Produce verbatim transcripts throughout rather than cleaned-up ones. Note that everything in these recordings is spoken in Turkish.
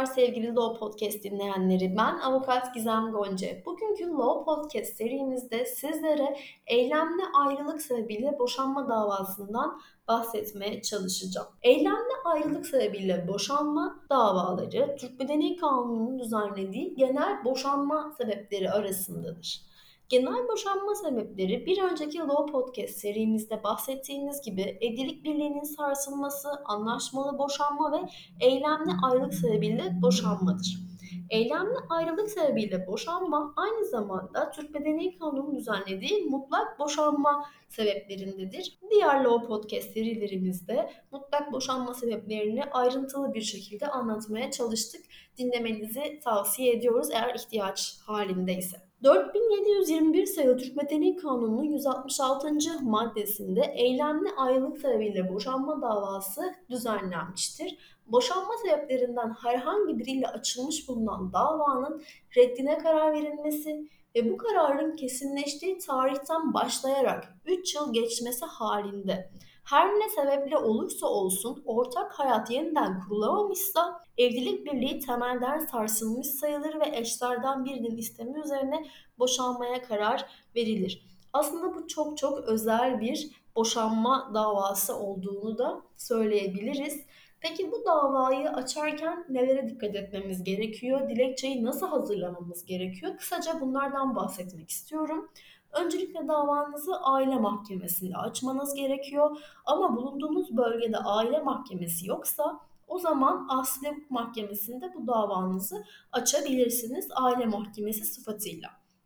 Merhabalar sevgili Law Podcast dinleyenleri. Ben Avukat Gizem Gonca. Bugünkü Law Podcast serimizde sizlere eylemli ayrılık sebebiyle boşanma davasından bahsetmeye çalışacağım. Eylemli ayrılık sebebiyle boşanma davaları Türk Medeni Kanunu'nun düzenlediği genel boşanma sebepleri arasındadır. Genel boşanma sebepleri bir önceki Law Podcast serimizde bahsettiğimiz gibi evlilik birliğinin sarsılması, anlaşmalı boşanma ve eylemli ayrılık sebebiyle boşanmadır. Eylemli ayrılık sebebiyle boşanma aynı zamanda Türk Medeni Kanunu'nun düzenlediği mutlak boşanma sebeplerindedir. Diğer Law Podcast serilerimizde mutlak boşanma sebeplerini ayrıntılı bir şekilde anlatmaya çalıştık. Dinlemenizi tavsiye ediyoruz eğer ihtiyaç halindeyse. dört bin yedi yüz yirmi bir sayılı Türk Medeni Kanunu'nun yüz altmış altıncı maddesinde eylemli ayrılık sebebiyle boşanma davası düzenlenmiştir. Boşanma sebeplerinden herhangi biriyle açılmış bulunan davanın reddine karar verilmesi ve bu kararın kesinleştiği tarihten başlayarak üç yıl geçmesi halinde her ne sebeple olursa olsun ortak hayat yeniden kurulamamışsa evlilik birliği temelden sarsılmış sayılır ve eşlerden birinin istemi üzerine boşanmaya karar verilir. Aslında bu çok çok özel bir boşanma davası olduğunu da söyleyebiliriz. Peki bu davayı açarken nelere dikkat etmemiz gerekiyor? Dilekçeyi nasıl hazırlamamız gerekiyor? Kısaca bunlardan bahsetmek istiyorum. Öncelikle davanızı aile mahkemesinde açmanız gerekiyor. Ama bulunduğunuz bölgede aile mahkemesi yoksa o zaman Asliye Hukuk Mahkemesi'nde bu davanızı açabilirsiniz aile mahkemesi sıfatıyla.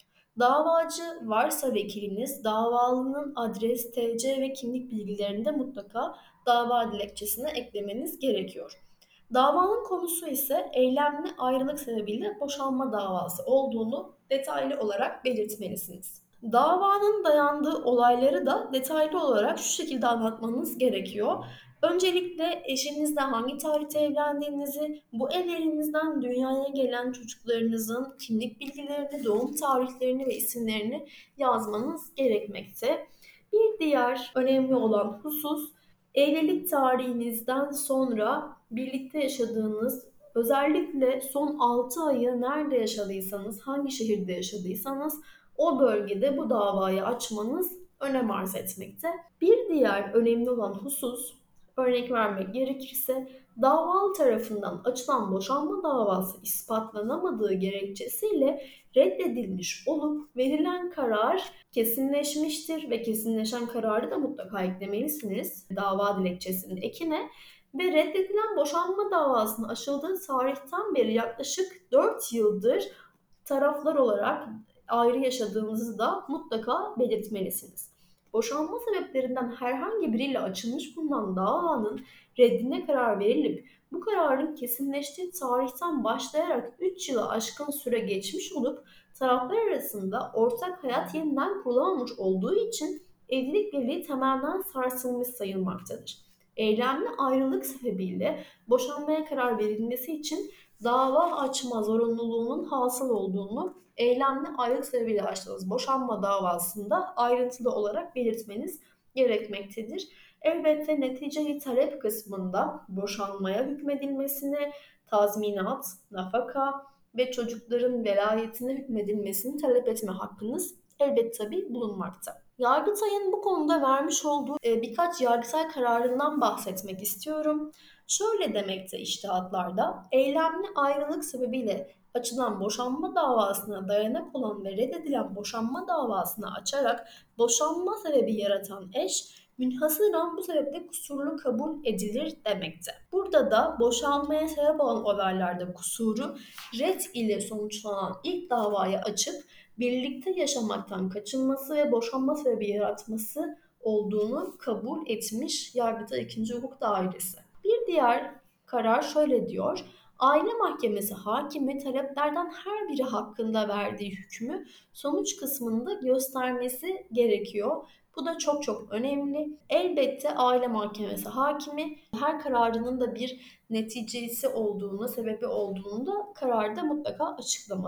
Davacı varsa vekiliniz, davalının adres, T C ve kimlik bilgilerini de mutlaka dava dilekçesine eklemeniz gerekiyor. Davanın konusu ise eylemli ayrılık sebebiyle boşanma davası olduğunu detaylı olarak belirtmelisiniz. Davanın dayandığı olayları da detaylı olarak şu şekilde anlatmanız gerekiyor. Öncelikle eşinizle hangi tarihte evlendiğinizi, bu evliliğinizden dünyaya gelen çocuklarınızın kimlik bilgilerini, doğum tarihlerini ve isimlerini yazmanız gerekmekte. Bir diğer önemli olan husus, evlilik tarihinizden sonra birlikte yaşadığınız, özellikle son altı ayı nerede yaşadıysanız, hangi şehirde yaşadıysanız o bölgede bu davayı açmanız önem arz etmekte. Bir diğer önemli olan husus, örnek vermek gerekirse, davalı tarafından açılan boşanma davası ispatlanamadığı gerekçesiyle reddedilmiş olup verilen karar kesinleşmiştir ve kesinleşen kararı da mutlaka eklemelisiniz dava dilekçesinin ekine. Ve reddedilen boşanma davasının açıldığı tarihten beri yaklaşık dört yıldır taraflar olarak ayrı yaşadığınızı da mutlaka belirtmelisiniz. Boşanma sebeplerinden herhangi biriyle açılmış bulunan davanın reddine karar verilip bu kararın kesinleştiği tarihten başlayarak üç yılı aşkın süre geçmiş olup taraflar arasında ortak hayat yeniden kurulamamış olduğu için evlilik birliği temelden sarsılmış sayılmaktadır. Eylemli ayrılık sebebiyle boşanmaya karar verilmesi için dava açma zorunluluğunun hasıl olduğunu eylemli ayrılık sebebiyle açtığınız boşanma davasında ayrıntılı olarak belirtmeniz gerekmektedir. Elbette neticeyi talep kısmında boşanmaya hükmedilmesine, tazminat, nafaka ve çocukların velayetine hükmedilmesini talep etme hakkınız elbette tabii bulunmakta. Yargıtay'ın bu konuda vermiş olduğu e, birkaç yargıtay kararından bahsetmek istiyorum. Şöyle demekte içtihatlarda, eylemli ayrılık sebebiyle açılan boşanma davasına dayanak olan ve reddedilen boşanma davasını açarak boşanma sebebi yaratan eş, münhasıran bu sebeple kusurlu kabul edilir demekte. Burada da boşanmaya sebep olan olaylarda kusuru ret ile sonuçlanan ilk davayı açıp birlikte yaşamaktan kaçınması ve boşanma sebebi yaratması olduğunu kabul etmiş Yargıtay ikinci. Hukuk Dairesi. Bir diğer karar şöyle diyor: Aile Mahkemesi hakimi taleplerden her biri hakkında verdiği hükmü sonuç kısmında göstermesi gerekiyor. Bu da çok çok önemli. Elbette aile mahkemesi hakimi her kararının da bir neticesi olduğunu, sebebi olduğunu da kararda mutlaka açıklamalı.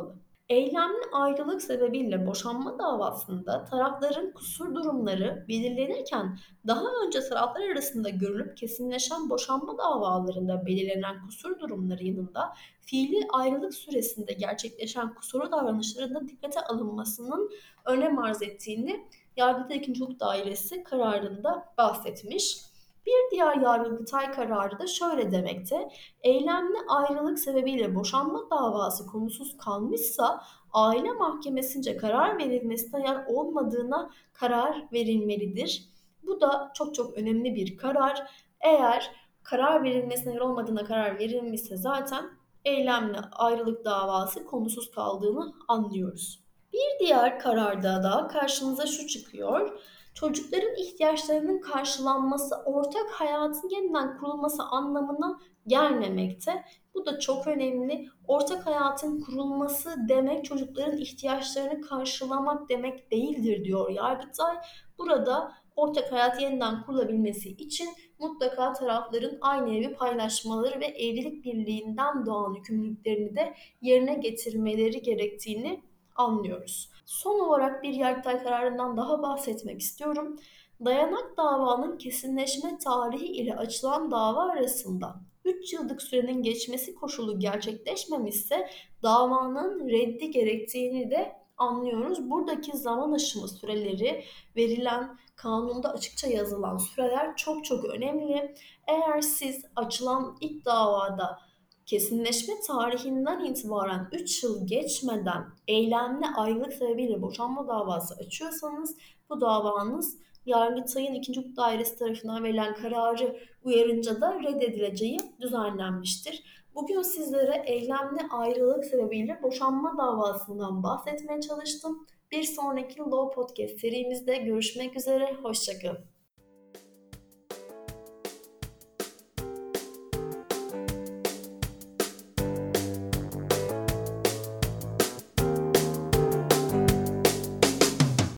Eylemli ayrılık sebebiyle boşanma davasında tarafların kusur durumları belirlenirken daha önce taraflar arasında görülüp kesinleşen boşanma davalarında belirlenen kusur durumları yanında fiili ayrılık süresinde gerçekleşen kusuru davranışların da dikkate alınmasının önem arz ettiğini Yargıtay ikinci. Hukuk Dairesi kararında bahsetmiş. Bir diğer Yargıtay kararı da şöyle demekte: eylemli ayrılık sebebiyle boşanma davası konusuz kalmışsa aile mahkemesince karar verilmesine yer olmadığına karar verilmelidir. Bu da çok çok önemli bir karar. Eğer karar verilmesine yer olmadığına karar verilmişse zaten eylemli ayrılık davası konusuz kaldığını anlıyoruz. Bir diğer kararda da karşımıza şu çıkıyor: çocukların ihtiyaçlarının karşılanması ortak hayatın yeniden kurulması anlamına gelmemekte. Bu da çok önemli. Ortak hayatın kurulması demek çocukların ihtiyaçlarını karşılamak demek değildir diyor Yargıtay. Burada ortak hayat yeniden kurulabilmesi için mutlaka tarafların aynı evi paylaşmaları ve evlilik birliğinden doğan yükümlülüklerini de yerine getirmeleri gerektiğini anlıyoruz. Son olarak bir Yargıtay kararından daha bahsetmek istiyorum. Dayanak davanın kesinleşme tarihi ile açılan dava arasında üç yıllık sürenin geçmesi koşulu gerçekleşmemişse davanın reddi gerektiğini de anlıyoruz. Buradaki zaman aşımı süreleri, verilen kanunda açıkça yazılan süreler çok çok önemli. Eğer siz açılan ilk davada kesinleşme tarihinden itibaren üç yıl geçmeden eylemli ayrılık sebebiyle boşanma davası açıyorsanız bu davanız Yargıtay'ın ikinci. Hukuk Dairesi tarafından verilen kararı uyarınca da reddedileceği düzenlenmiştir. Bugün sizlere eylemli ayrılık sebebiyle boşanma davasından bahsetmeye çalıştım. Bir sonraki Law Podcast serimizde görüşmek üzere, hoşça kalın.